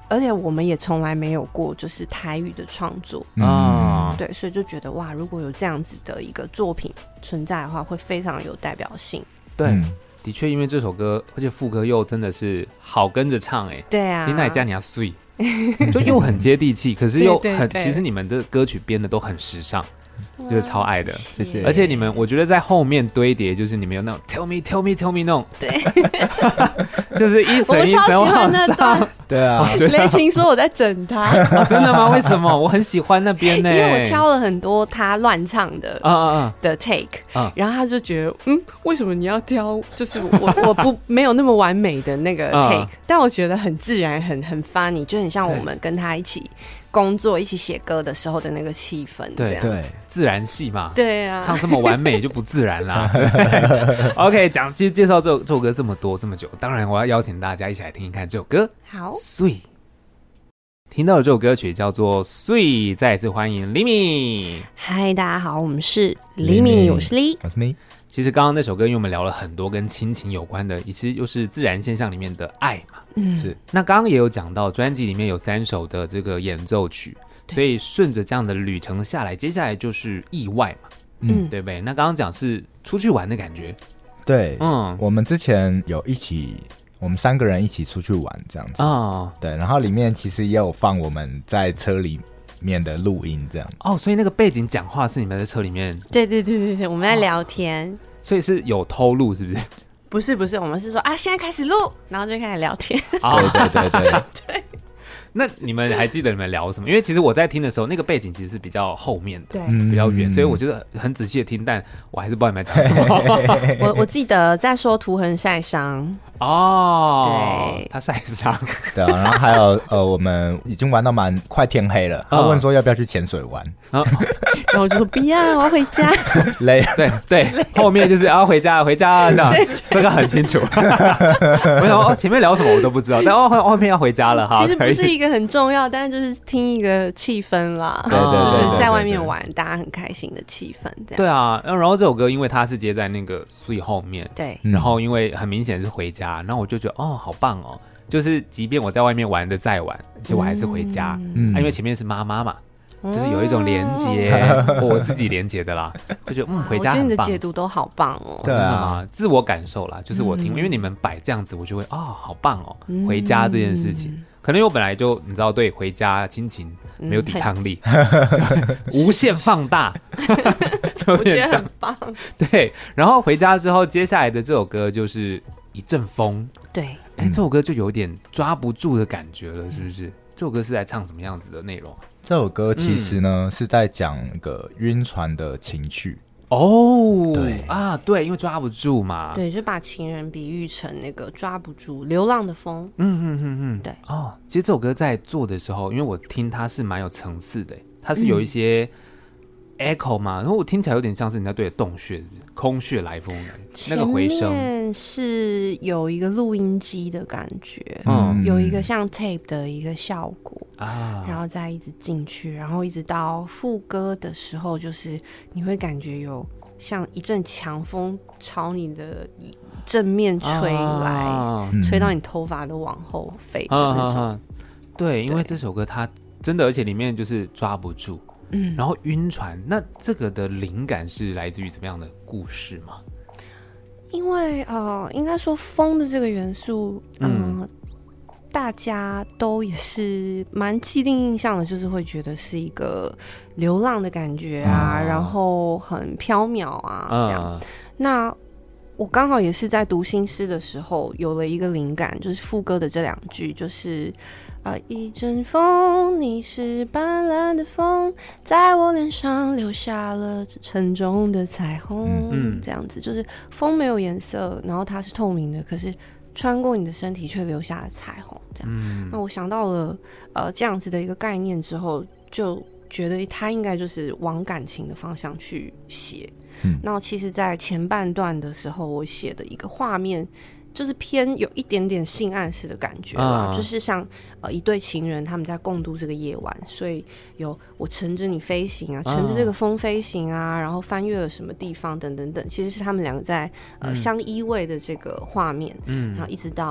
而且我们也从来没有过就是台语的创作啊、嗯，对，所以就觉得哇，如果有这样子的一个作品存在的话，会非常有代表性。 对。嗯，的确，因为这首歌，而且副歌又真的是好跟着唱，哎， 对啊， 你那家你要碎，就又很接地气，可是又很，对对对，其实你们的歌曲编的都很时尚，就是超爱的， 谢谢。 而且你们，我觉得在后面堆叠，就是你们有那种 tell me tell me tell me 那种， 对， 就是一层一层往上。 对啊， 雷晴说我在整他、 哦，真的吗？为什么？我很喜欢那边呢， 因为我挑了很多他乱唱的啊啊啊的 take，、啊、然后他就觉得，嗯，为什么你要挑？就是我我不没有那么完美的那个 take，、啊、但我觉得很自然，很很 funny， 就很像我们跟他一起工作、一起写歌的时候的那个气氛， 对对，自然系嘛， 对啊， 唱这么完美就不自然啦。OK， 讲其实介绍这首这首歌这么多这么久，当然我要邀请大家一起来听听看这首歌。 好， 碎。听到的这首歌曲叫做《碎》，再一次欢迎李米。 嗨，大家好，我们是李米，我是李， 我是米。 其实刚刚那首歌，因为我们聊了很多跟亲情有关的，其实又是自然现象里面的爱嘛。 嗯， 是。那刚刚也有讲到，专辑里面有三首的这个演奏曲，所以顺着这样的旅程下来，接下来就是意外嘛。嗯，对不对？那刚刚讲是出去玩的感觉。 对，嗯，我们之前有一起。我们三个人一起出去玩这样子哦， 对，然后里面其实也有放我们在车里面的录音这样哦，所以那个背景讲话是你们在车里面？ 对对对对对，我们在聊天、哦， 所以是有偷录是不是？ 不是不是，我们是说啊，现在开始录，然后就开始聊天。 哦、 对对对对对。 那你们还记得你们聊什么？因为其实我在听的时候，那个背景其实是比较后面的， 对， 比较远，所以我觉得很仔细的听，但我还是不知道你们在讲什么。 我我记得在说图恒晒伤。 哦， 对， 他晒伤。 对啊，然后还有呃，我们已经玩到蛮快天黑了，他问说要不要去潜水玩， 然后我就说不要，我要回家。 累， 对对，后面就是要回家，回家这样，这个很清楚。我想哦，前面聊什么我都不知道，但哦后面要回家了哈。 其实不是一个很重要，但是就是听一个气氛啦， 对对对， 就是在外面玩，大家很开心的气氛，这样。 对啊，然后这首歌因为它是接在那个最后面， 对， 然后因为很明显是回家。然后我就觉得哦，好棒哦！就是即便我在外面玩的再晚，其实我还是回家，嗯啊、因为前面是妈妈嘛，嗯、就是有一种连结，哦、我自己连结的啦，就觉得嗯，回家很棒。 我觉得你的解读都好棒哦， 真的吗？自我感受啦，就是我听，嗯、因为你们摆这样子，我就会哦，好棒哦！回家这件事情，嗯、可能我本来就你知道，对回家亲情没有抵抗力，嗯、无限放大。 我觉得很棒。 对，然后回家之后，接下来的这首歌就是一阵风。 对， 哎，这首歌就有点抓不住的感觉了，是不是？这首歌是在唱什么样子的内容？ 这首歌其实呢、嗯、是在讲一个晕船的情绪。 哦，对啊，对，因为抓不住嘛， 对，就把情人比喻成那个抓不住、流浪的风。 嗯嗯嗯嗯， 对。 哦，其实这首歌在做的时候，因为我听它是蛮有层次的，它是有一些。嗯echo 嘛，然后我听起来有点像是你在对着洞穴，是不是空穴来风的感觉？那个回声前面是有一个录音机的感觉，嗯，有一个像 tape 的一个效果啊，然后再一直进去，然后一直到副歌的时候，就是你会感觉有像一阵强风朝你的正面吹来，啊、吹到你头发都往后飞的那种。啊啊啊对，因为这首歌它真的，而且里面就是抓不住。嗯，然后晕船，那这个的灵感是来自于怎么样的故事吗？ 因为呃，应该说风的这个元素，嗯、呃，大家都也是蛮既定印象的，就是会觉得是一个流浪的感觉啊，嗯、然后很飘渺啊，嗯、这样。那我刚好也是在读新诗的时候有了一个灵感，就是副歌的这两句，就是啊，一阵风，你是斑斓的风，在我脸上留下了沉重的彩虹。嗯，这样子就是风没有颜色，然后它是透明的，可是穿过你的身体却留下了彩虹。这样，嗯、那我想到了呃这样子的一个概念之后，就觉得它应该就是往感情的方向去写。嗯，那其实在前半段的时候我写的一个画面就是偏有一点点性暗示的感觉啦，啊、就是像呃一对情人他们在共度这个夜晚，所以有我乘着你飞行啊，乘着这个风飞行啊，然后翻越了什么地方等等等，其实是他们两个在呃、嗯、相依偎的这个画面，嗯，然后一直到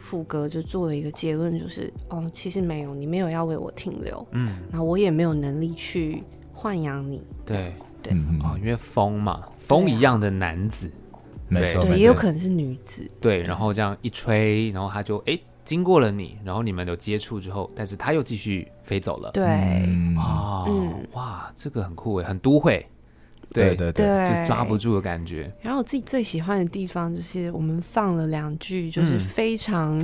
副歌就做了一个结论，就是哦，其实没有，你没有要为我停留，嗯，然后我也没有能力去豢养你， 对对、 嗯、哦，因为风嘛，风一样的男子， 没错， 对，也有可能是女子， 对，然后这样一吹，然后他就哎经过了你，然后你们有接触之后，但是他又继续飞走了， 对， 嗯、哦，嗯，哇，这个很酷诶，很都会。 对对对， 就是抓不住的感觉。 然后我自己最喜欢的地方就是我们放了两句，就是非常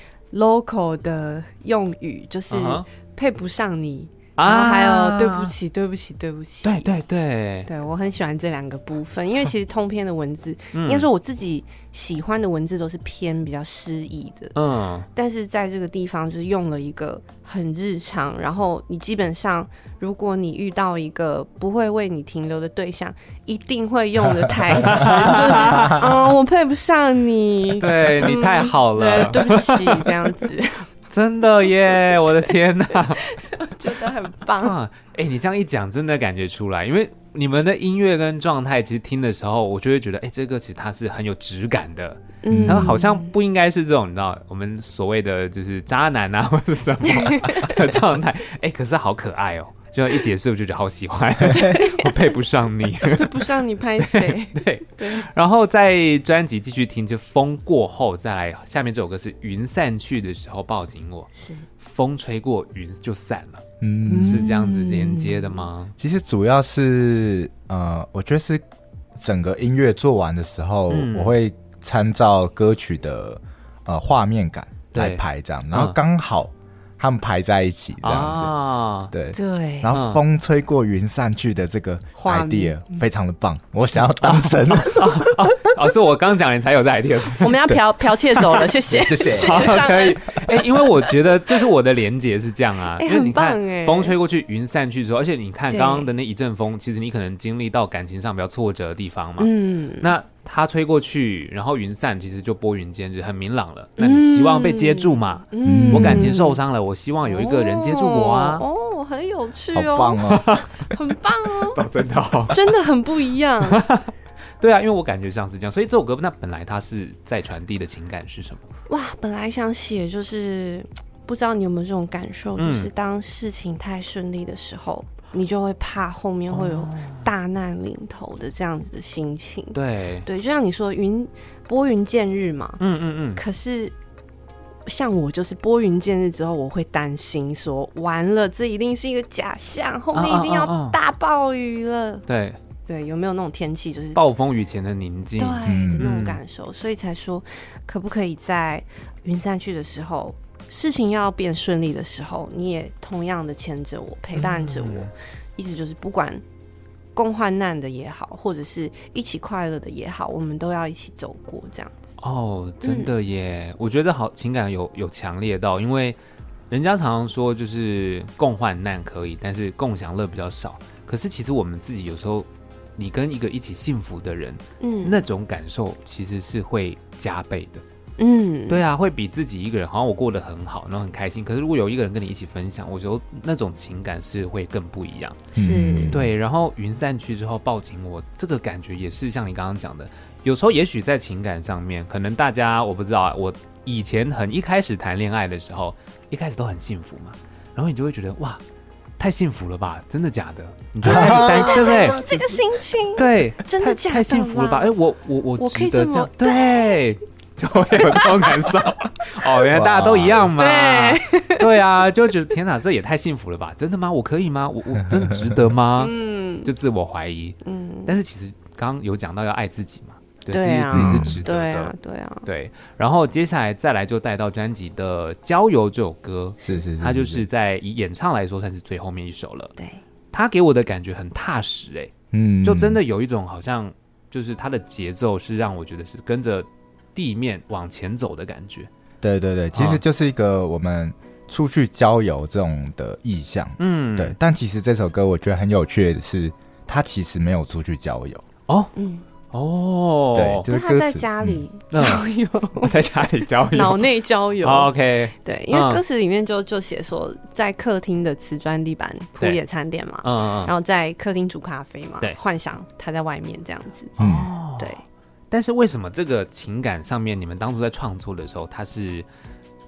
local 的用语，就是配不上你。然后还有对不起对不起对不起， 对对对对，我很喜欢这两个部分，因为其实通篇的文字、嗯、应该说我自己喜欢的文字都是偏比较诗意的，嗯，但是在这个地方就是用了一个很日常，然后你基本上如果你遇到一个不会为你停留的对象，一定会用的台词就是嗯，我配不上你， 对、嗯、你太好了， 对，对不起这样子。 真的耶，我的天哪， 我觉得很棒啊！ 哎、欸，你这样一讲，真的感觉出来，因为你们的音乐跟状态，其实听的时候，我就会觉得，哎、欸，这个其实它是很有质感的，嗯，它好像不应该是这种，你知道，我们所谓的就是渣男啊，或者什么的状态，哎、欸，可是好可爱哦。就一解释我就觉得好喜欢，我配不上你， 配不上你拍谁？ 对对。然后在专辑继续听，就风过后再来，下面这首歌是云散去的时候抱紧我， 是风吹过云就散了，嗯，是这样子连接的吗？ 其实主要是呃，我觉得是整个音乐做完的时候，嗯、我会参照歌曲的呃画面感来排这样，然后刚好。嗯他们排在一起这样子，啊、对对， 然后风吹过云散去的这个 idea 非常的棒，我想要当真。 哦，哦哦是我刚讲你才有这 idea， 我们要剽剽窃走了，谢谢谢谢， 好可以。哎、欸，因为我觉得就是我的连结是这样啊， 欸、 因为你看很棒风吹过去，云散去之后，而且你看刚刚的那一阵风，其实你可能经历到感情上比较挫折的地方嘛，嗯，那。它吹过去，然后云散，其实就拨云见日，很明朗了。那你希望被接住嘛？嗯，我感情受伤了，我希望有一个人接住我啊！ 哦，哦很有趣哦， 好棒哦， 很棒哦， 哦真的哦， 真的很不一样。 对啊，因为我感觉像是这样，所以这首歌那本来它是在传递的情感是什么？ 哇，本来想写就是，不知道你有没有这种感受，嗯、就是当事情太顺利的时候。你就会怕后面会有大难临头的这样子的心情，哦、 对对，就像你说云拨云见日嘛，嗯嗯嗯。可是像我就是拨云见日之后，我会担心说，完了，这一定是一个假象，后面一定要大暴雨了。啊啊啊啊对对，有没有那种天气就是暴风雨前的宁静？ 对、嗯、的那种感受，所以才说可不可以在云散去的时候。事情要变顺利的时候，你也同样的牵着我，陪伴着我、嗯、意思就是不管共患难的也好，或者是一起快乐的也好，我们都要一起走过这样子。 哦，真的耶、嗯、我觉得好情感有有强烈到，因为人家常常说就是共患难可以，但是共享乐比较少，可是其实我们自己有时候你跟一个一起幸福的人，嗯，那种感受其实是会加倍的。嗯，对啊，会比自己一个人好像我过得很好，然后很开心。可是如果有一个人跟你一起分享，我觉得那种情感是会更不一样。 是， 对。然后云散去之后抱紧我，这个感觉也是像你刚刚讲的，有时候也许在情感上面，可能大家我不知道啊，我以前很一开始谈恋爱的时候，一开始都很幸福嘛，然后你就会觉得哇。太幸福了吧？真的假的？你就开始担心，对不对？ 就是这个心情。 对， 真的假的？ 太幸福了吧？哎、欸，我我我我值得这样，对，就会有这种感受。哦，原来大家都一样嘛。 对， 对啊，就觉得天哪，这也太幸福了吧？真的吗？我可以吗？我我真的值得吗？嗯，就自我怀疑。嗯，但是其实刚刚有讲到要爱自己嘛。对， 对啊、 自己自己是值得的， 对啊，对啊， 对。然后接下来再来就带到专辑的《郊游》这首歌， 是是是， 它就是在以演唱来说算是最后面一首了。 对， 它给我的感觉很踏实、欸，哎，嗯，就真的有一种好像就是它的节奏是让我觉得是跟着地面往前走的感觉。 对对对，其实就是一个我们出去郊游这种的意象，嗯，对。但其实这首歌我觉得很有趣的是，它其实没有出去郊游哦，嗯。 哦， 对，就是他在家里郊游， 嗯、在家里郊游， 脑内郊游。 Oh, OK， 对，因为歌词里面就就写说，在客厅的瓷砖地板铺野餐垫嘛，嗯，然后在客厅煮咖啡嘛，对，幻想他在外面这样子。哦，对。 但是为什么这个情感上面，你们当初在创作的时候，它是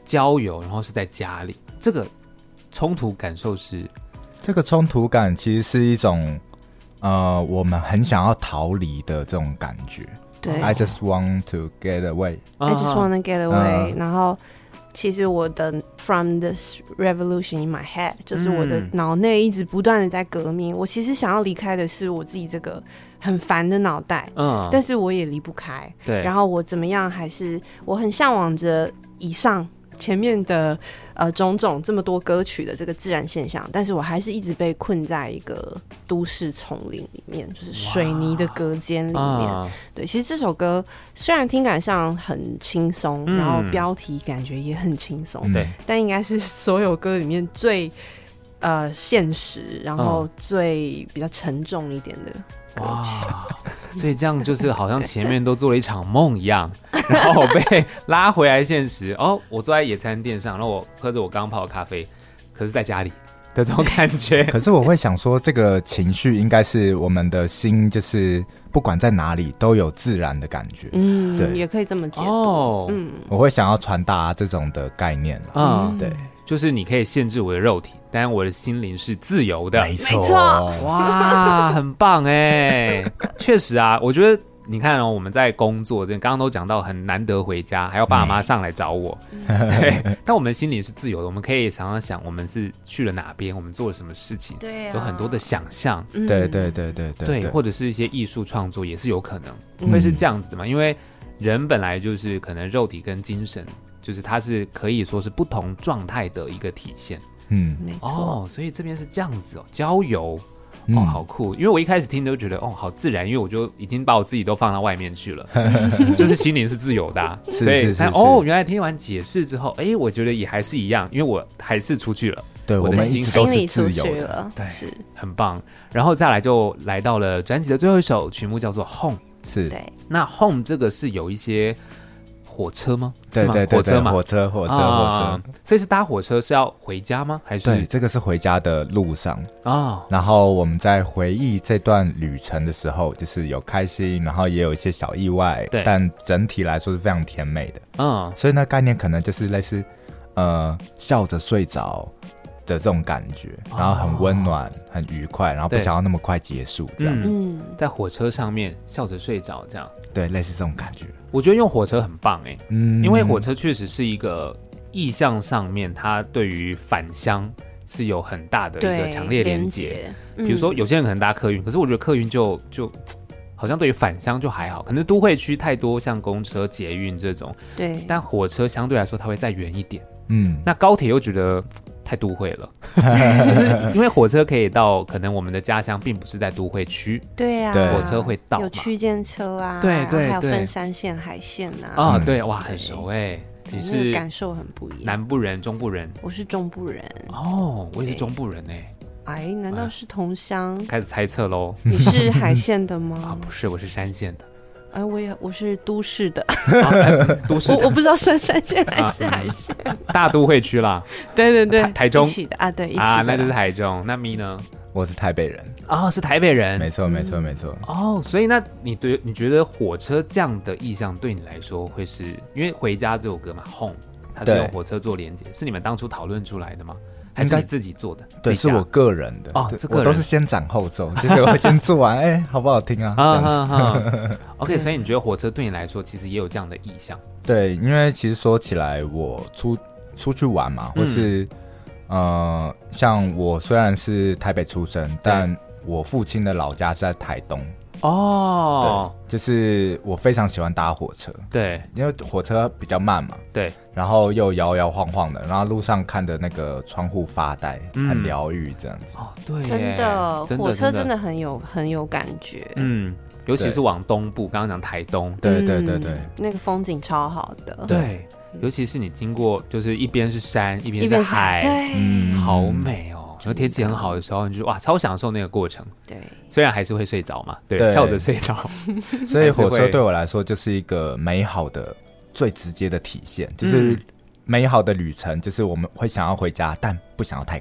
郊游，然后是在家里，这个冲突感受是？ 这个冲突感其实是一种，呃，我们很想要逃离的这种感觉。 对 ，I just want to get away. I just want to get away、嗯。然后，其实我的 from this revolution in my head， 就是我的脑内一直不断的在革命、嗯。我其实想要离开的是我自己这个很烦的脑袋，嗯，但是我也离不开。对，然后我怎么样？还是我很向往着以上前面的呃种种这么多歌曲的这个自然现象，但是我还是一直被困在一个都市丛林里面，就是水泥的隔间里面、啊、对，其实这首歌虽然听感上很轻松、嗯、然后标题感觉也很轻松，对、嗯，但应该是所有歌里面最呃现实，然后最比较沉重一点的歌曲。 哇，所以这样就是好像前面都做了一场梦一样，然后我被拉回来现实。哦，我坐在野餐垫上，然后我喝着我刚泡的咖啡，可是在家里的这种感觉。 可是我会想说，这个情绪应该是我们的心，就是不管在哪里都有自然的感觉。 嗯，对，也可以这么解读。哦，嗯， 我会想要传达这种的概念了。嗯，对。 就是你可以限制我的肉体，但我的心灵是自由的。 没错， 哇，很棒哎！确实啊，我觉得你看哦，我们在工作，刚刚都讲到很难得回家，还要爸妈上来找我，对。但我们心里是自由的，我们可以常常想，我们是去了哪边，我们做了什么事情， 对、啊， 有很多的想象， 对对对对对， 对，或者是一些艺术创作也是有可能、嗯、会是这样子的嘛？因为人本来就是可能肉体跟精神。就是它是可以说是不同状态的一个体现， 嗯，没错。 哦，所以这边是这样子哦，郊游，哦，好酷。因为我一开始听都觉得哦，好自然，因为我就已经把我自己都放到外面去了，就是心灵是自由的、啊，所以但哦，原来听完解释之后，哎，我觉得也还是一样，因为我还是出去了， 对， 我的心心里出去了， 对，是很棒。然后再来就来到了专辑的最后一首曲目，叫做《Home》， 是对。 那《Home》这个是有一些。火车吗？ 对对 对, 对，火车嘛，火车火车、啊、火车。 所以是搭火车是要回家吗？还是？ 对，这个是回家的路上啊。然后我们在回忆这段旅程的时候，就是有开心，然后也有一些小意外，对。但整体来说是非常甜美的。嗯，所以那概念可能就是类似呃笑着睡着的这种感觉，然后很温暖、哦、很愉快，然后不想要那么快结束这样。 嗯，在火车上面笑着睡着这样。 对，类似这种感觉。 我觉得用火车很棒哎、欸，嗯，因为火车确实是一个意象上面，它对于返乡是有很大的一个强烈连结。嗯、比如说有些人可能搭客运，可是我觉得客运就就好像对于返乡就还好，可能都会区太多像公车、捷运这种， 对， 但火车相对来说它会再远一点。嗯，那高铁又觉得。太都会了，就是因为火车可以到，可能我们的家乡并不是在都会区， 对啊， 火车会到， 有区间车啊， 对 对, 对， 还有分山线、海线啊， 啊、嗯，对，哇，很熟哎、欸，你是感受很不一样， 南部人、中部人， 我是中部人， 哦，我也是中部人哎、 欸，哎，难道是同乡？ 开始猜测喽， 你是海线的吗？ 啊，不是，我是山线的。 哎，我也我是都市的， 啊、都市的， 我我不知道算山线还是海线， 啊、大都会区啦。 对对对， 台, 台中一起的啊，对，一起的啊，那就是台中。那咪呢？ 我是台北人哦，是台北人， 没错没错没错。 哦，所以那你对你觉得火车这样的意象对你来说会是因为《回家》这首歌嘛 ，Home， 它是用火车做连接，是你们当初讨论出来的吗？还是你自己做的？ 对，是我个人的哦，这个我都是先斩后奏，就是我先做完，哎、欸，好不好听啊？这样子。OK， 所以你觉得火车对你来说其实也有这样的意象？ 对，因为其实说起来，我出出去玩嘛，或是、嗯、呃，像我虽然是台北出生，但我父亲的老家是在台东。哦，对，就是我非常喜欢搭火车， 对， 因为火车比较慢嘛， 对， 然后又摇摇晃晃的，然后路上看的那个窗户发呆，嗯、很疗愈这样子。 哦，对， 真的，火车真的很有很有感觉， 嗯，尤其是往东部，刚刚讲台东， 对对对对， 那个风景超好的， 对，尤其是你经过，就是一边是山，一边是海， 对， 嗯，好美哦。然后天气很好的时候，你就哇超享受那个过程。 对， 虽然还是会睡着嘛，对，对笑着睡着。 所以火车对我来说就是一个美好的、最直接的体现，就是美好的旅程，就是我们会想要回家，但不想要太快。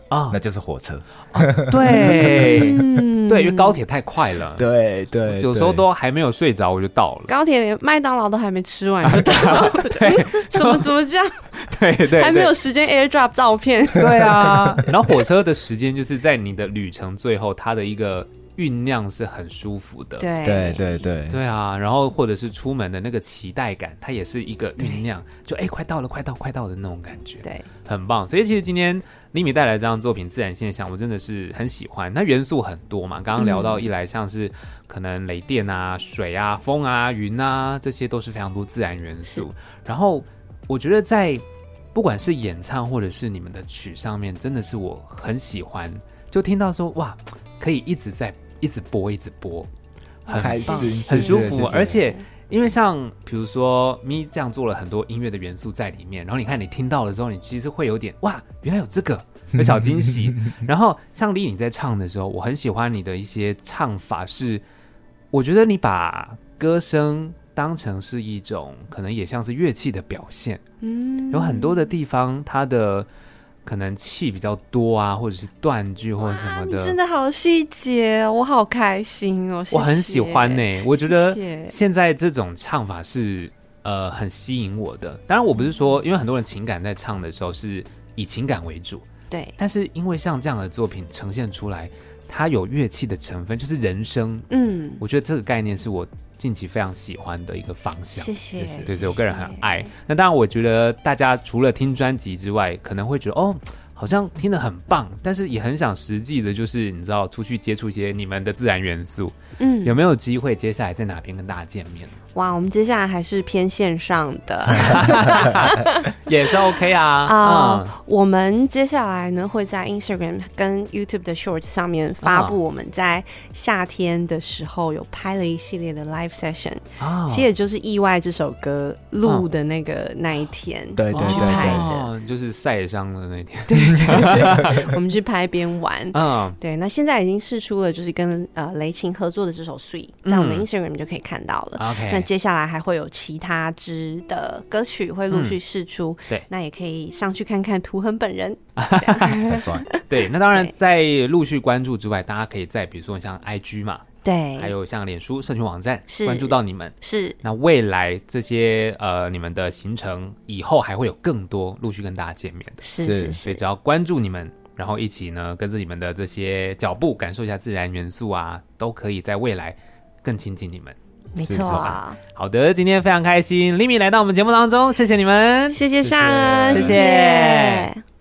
啊，那就是火车。 哦、对，嗯、对，因为高铁太快了， 对对， 有时候都还没有睡着我就到了。 高铁连麦当劳都还没吃完就到了， 对， 怎么怎么这样？ 对 对, 对， 还没有时间 AirDrop 照片。 对啊，然后火车的时间就是在你的旅程最后，它的一个酝酿是很舒服的。 对对对对对啊，然后或者是出门的那个期待感，它也是一个酝酿，就哎、欸、快到了快到快到的那种感觉， 对， 很棒。所以其实今天厘米带来这张作品《自然现象》，我真的是很喜欢。那元素很多嘛，刚刚聊到一来像是可能雷电啊、水啊、风啊、云啊，这些都是非常多自然元素。然后我觉得在不管是演唱或者是你们的曲上面，真的是我很喜欢，就听到说哇，可以一直在一直播一直播，很棒，很舒服。而且因为像比如说咪这样做了很多音乐的元素在里面，然后你看你听到了之后，你其实会有点哇，原来有这个，有小惊喜。然后像丽你在唱的时候，我很喜欢你的一些唱法是，我觉得你把歌声当成是一种可能也像是乐器的表现，嗯，有很多的地方它的可能气比较多啊，或者是断句或者什么的， 真的好细节，我好开心哦！谢谢， 我很喜欢呢、欸。我觉得现在这种唱法是呃很吸引我的。当然，我不是说，因为很多人情感在唱的时候是以情感为主， 对。 但是因为像这样的作品呈现出来，它有乐器的成分，就是人声。嗯，我觉得这个概念是我近期非常喜欢的一个方向。 谢谢， 对，所以我个人很爱。那当然，我觉得大家除了听专辑之外，可能会觉得哦，好像听得很棒，但是也很想实际的，就是你知道，出去接触一些你们的自然元素。嗯，有没有机会接下来在哪边跟大家见面？ 哇，我们接下来还是偏线上的， 也是 OK 啊。 啊、uh, 嗯，我们接下来呢会在 Instagram 跟 YouTube 的 Shorts 上面发布我们在夏天的时候有拍了一系列的 Live Session，、哦、其实也就是《意外》这首歌录的那个那一天， 对对对对， 哦、就是晒伤的那一天， 对对对，我们去拍边玩。嗯，对，那现在已经释出了，就是跟呃雷琴合作的这首 Sweet， 在我们 Instagram 就可以看到了。OK，、嗯、那接下来还会有其他支的歌曲会陆续释出、嗯，对，那也可以上去看看图恒本人。 对，那当然在陆续关注之外，大家可以在比如说像 I G 嘛， 对， 还有像脸书社群网站关注到你们。 是， 那未来这些呃你们的行程以后还会有更多陆续跟大家见面的。 是是是， 所以只要关注你们，然后一起呢跟着你们的这些脚步，感受一下自然元素啊，都可以在未来更亲近你们。 没错啊， 好的，今天非常开心，厘米来到我们节目当中，谢谢你们， 谢谢尚恩， 谢谢。谢谢。